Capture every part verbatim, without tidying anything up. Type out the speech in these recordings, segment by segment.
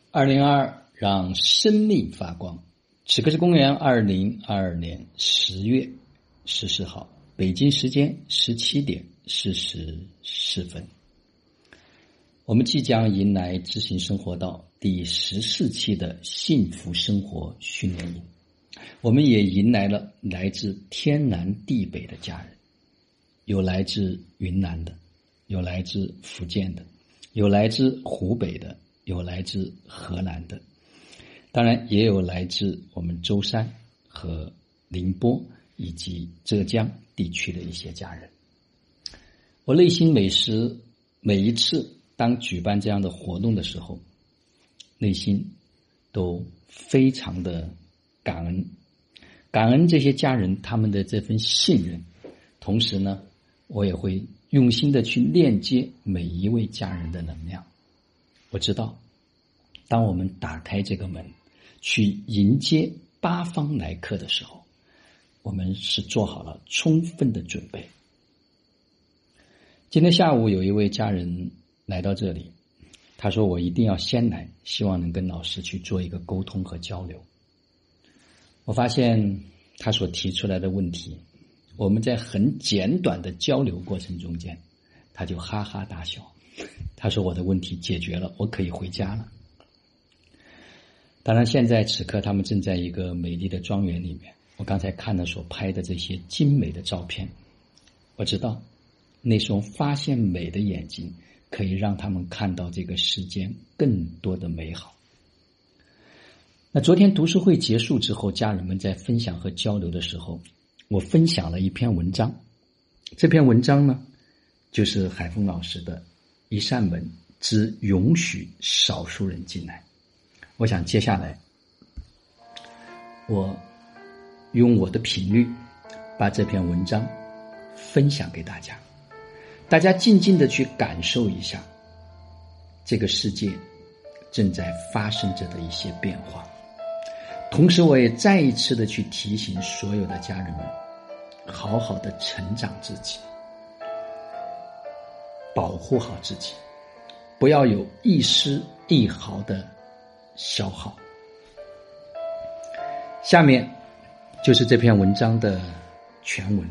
二零二二让生命发光。此刻是公元二零二二年十月十四号，北京时间十七点四十四分。我们即将迎来知行生活道第十四期的幸福生活训练营。我们也迎来了来自天南地北的家人，有来自云南的，有来自福建的，有来自湖北的，有来自河南的，当然也有来自我们舟山和宁波以及浙江地区的一些家人。我内心每时每一次当举办这样的活动的时候，内心都非常的感恩，感恩这些家人他们的这份信任。同时呢，我也会用心的去链接每一位家人的能量。我知道当我们打开这个门去迎接八方来客的时候，我们是做好了充分的准备。今天下午有一位家人来到这里，他说我一定要先来，希望能跟老师去做一个沟通和交流。我发现他所提出来的问题，我们在很简短的交流过程中间，他就哈哈大笑。他说我的问题解决了，我可以回家了。当然现在此刻他们正在一个美丽的庄园里面，我刚才看了所拍的这些精美的照片，我知道那双发现美的眼睛可以让他们看到这个世间更多的美好。那昨天读书会结束之后，家人们在分享和交流的时候，我分享了一篇文章。这篇文章呢，就是海峰老师的一扇门只允许少数人进来。我想接下来我用我的频率把这篇文章分享给大家，大家静静的去感受一下这个世界正在发生着的一些变化。同时我也再一次的去提醒所有的家人们，好好的成长自己，保护好自己，不要有一丝一毫的消耗。下面就是这篇文章的全文。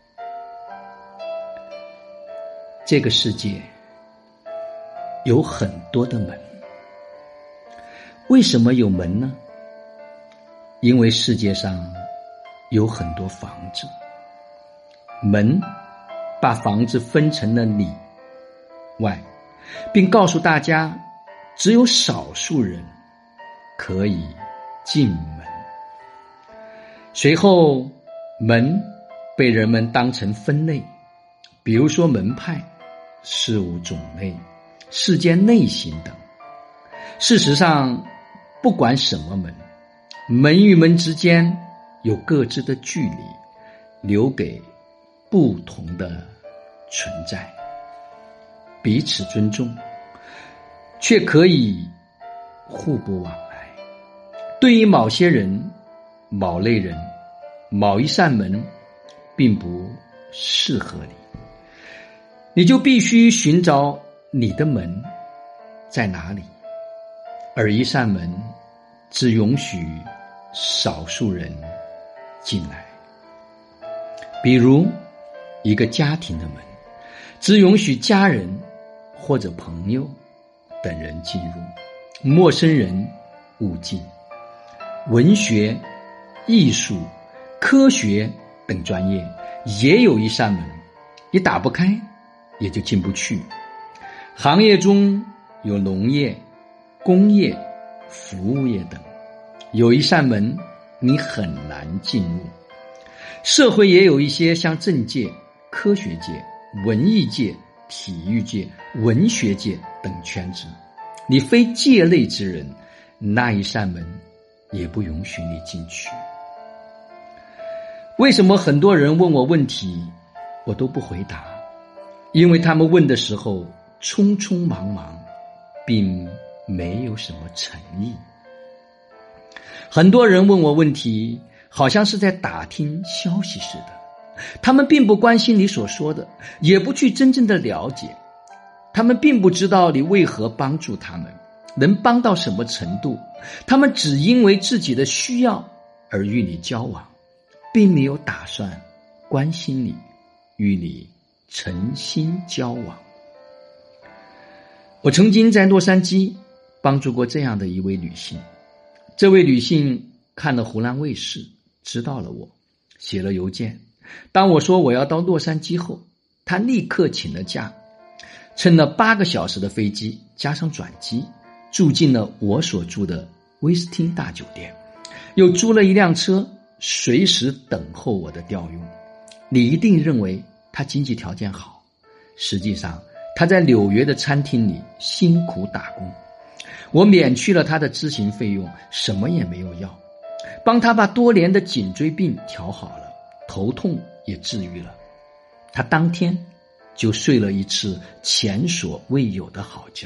这个世界有很多的门，为什么有门呢？因为世界上有很多房子，门把房子分成了里外，并告诉大家只有少数人可以进门。随后门被人们当成分类，比如说门派、事物种类、事件类型等。事实上不管什么门，门与门之间有各自的距离，留给不同的存在，彼此尊重，却可以互不往来。对于某些人、某类人、某一扇门并不适合你，你就必须寻找你的门在哪里。而一扇门只允许少数人进来，比如一个家庭的门只允许家人或者朋友等人进入，陌生人勿进。文学、艺术、科学等专业也有一扇门，你打不开也就进不去。行业中有农业、工业、服务业等，有一扇门你很难进入。社会也有一些像政界、科学界、文艺界、体育界、文学界等圈子，你非界内之人，那一扇门也不允许你进去。为什么很多人问我问题我都不回答？因为他们问的时候匆匆忙忙，并没有什么诚意。很多人问我问题好像是在打听消息似的，他们并不关心你所说的，也不去真正的了解，他们并不知道你为何帮助他们， 能帮到什么程度，他们只因为自己的需要而与你交往，并没有打算关心你，与你诚心交往。我曾经在洛杉矶帮助过这样的一位女性，这位女性看了湖南卫视，知道了我，写了邮件。当我说我要到洛杉矶后，她立刻请了假，乘了八个小时的飞机加上转机，住进了我所住的威斯汀大酒店，又租了一辆车，随时等候我的调用。你一定认为她经济条件好，实际上她在纽约的餐厅里辛苦打工。我免去了她的咨询费用，什么也没有要，帮她把多年的颈椎病调好了，头痛也治愈了。她当天就睡了一次前所未有的好觉。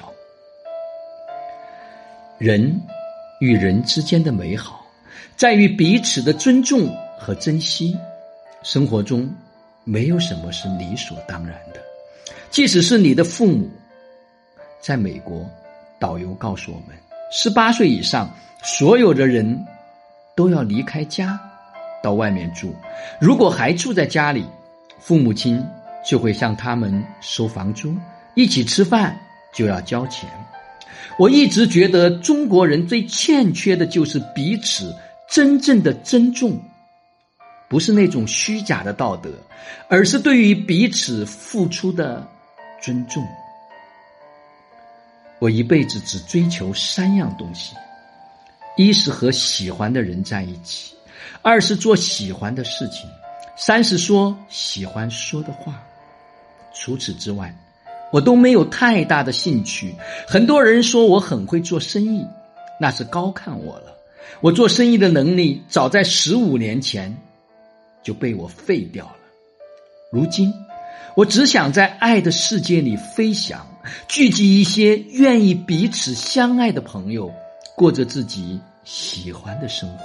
人与人之间的美好，在于彼此的尊重和珍惜。生活中没有什么是理所当然的，即使是你的父母。在美国，导游告诉我们，十八岁以上，所有的人都要离开家，到外面住。如果还住在家里，父母亲就会向他们收房租，一起吃饭就要交钱。我一直觉得中国人最欠缺的就是彼此真正的尊重，不是那种虚假的道德，而是对于彼此付出的尊重。我一辈子只追求三样东西：一是和喜欢的人在一起，二是做喜欢的事情，三是说喜欢说的话。除此之外，我都没有太大的兴趣。很多人说我很会做生意，那是高看我了。我做生意的能力早在十五年前就被我废掉了。如今我只想在爱的世界里飞翔，聚集一些愿意彼此相爱的朋友，过着自己喜欢的生活。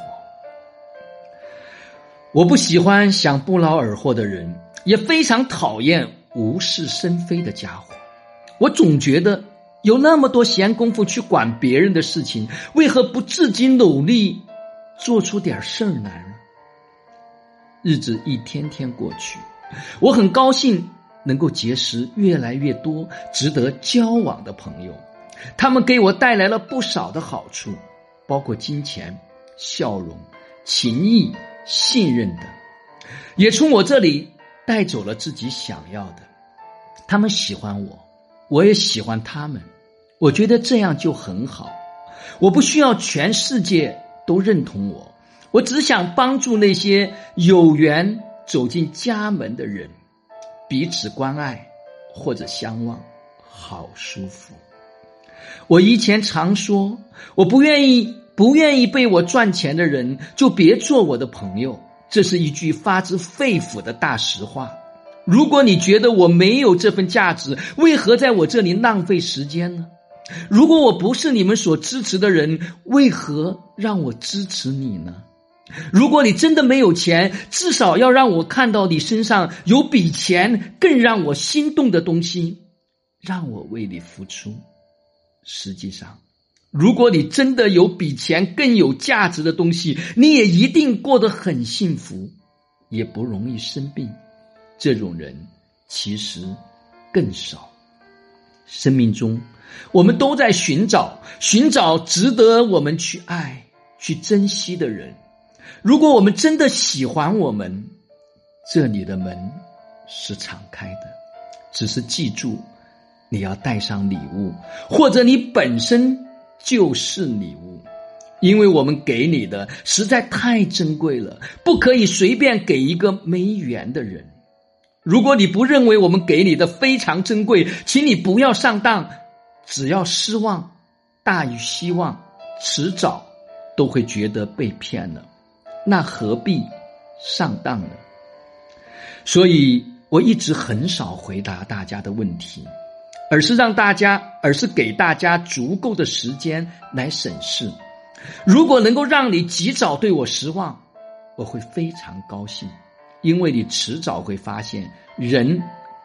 我不喜欢想不劳而获的人，也非常讨厌无事生非的家伙。我总觉得有那么多闲工夫去管别人的事情，为何不自己努力做出点事儿来呢？日子一天天过去，我很高兴能够结识越来越多值得交往的朋友，他们给我带来了不少的好处，包括金钱、笑容、情谊、信任等，也从我这里带走了自己想要的。他们喜欢我，我也喜欢他们，我觉得这样就很好。我不需要全世界都认同我，我只想帮助那些有缘走进家门的人，彼此关爱或者相望，好舒服。我以前常说，我不愿意不愿意被我赚钱的人就别做我的朋友，这是一句发自肺腑的大实话。如果你觉得我没有这份价值，为何在我这里浪费时间呢？如果我不是你们所支持的人，为何让我支持你呢？如果你真的没有钱，至少要让我看到你身上有比钱更让我心动的东西，让我为你付出。实际上，如果你真的有比钱更有价值的东西，你也一定过得很幸福，也不容易生病。这种人其实更少。生命中我们都在寻找寻找值得我们去爱去珍惜的人。如果我们真的喜欢我们，这里的门是敞开的，只是记住，你要带上礼物，或者你本身就是礼物，因为我们给你的实在太珍贵了，不可以随便给一个没缘的人。如果你不认为我们给你的非常珍贵，请你不要上当，只要失望大于希望，迟早都会觉得被骗了，那何必上当呢？所以我一直很少回答大家的问题，而是让大家而是给大家足够的时间来审视。如果能够让你及早对我失望，我会非常高兴，因为你迟早会发现，人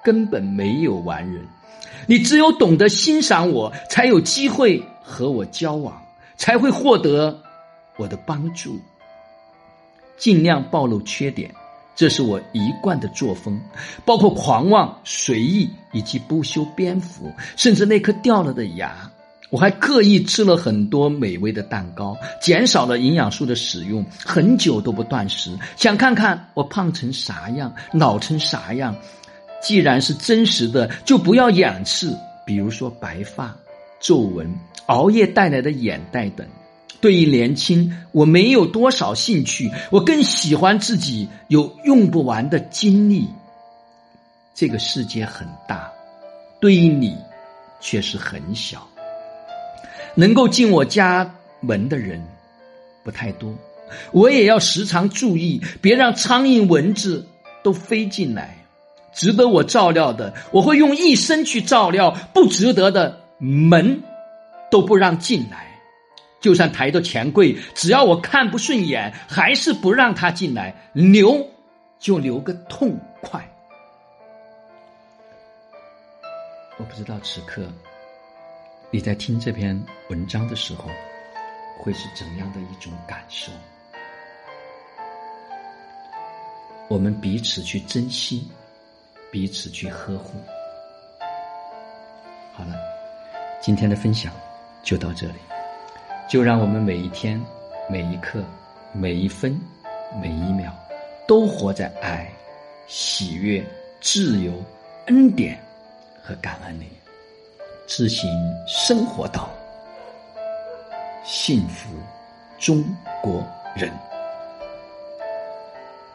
根本没有完人。你只有懂得欣赏我，才有机会和我交往，才会获得我的帮助。尽量暴露缺点，这是我一贯的作风，包括狂妄、随意以及不修边幅，甚至那颗掉了的牙。我还刻意吃了很多美味的蛋糕，减少了营养素的使用，很久都不断食，想看看我胖成啥样，老成啥样。既然是真实的，就不要掩饰，比如说白发、皱纹、熬夜带来的眼袋等。对于年轻，我没有多少兴趣，我更喜欢自己有用不完的精力。这个世界很大，对于你却是很小。能够进我家门的人不太多，我也要时常注意，别让苍蝇蚊子都飞进来。值得我照料的，我会用一生去照料；不值得的，门都不让进来。就算抬到钱柜，只要我看不顺眼，还是不让他进来，留就留个痛快。我不知道此刻你在听这篇文章的时候会是怎样的一种感受。我们彼此去珍惜，彼此去呵护。好了，今天的分享就到这里。就让我们每一天、每一刻、每一分、每一秒都活在爱、喜悦、自由、恩典和感恩里，自行生活到幸福中国人。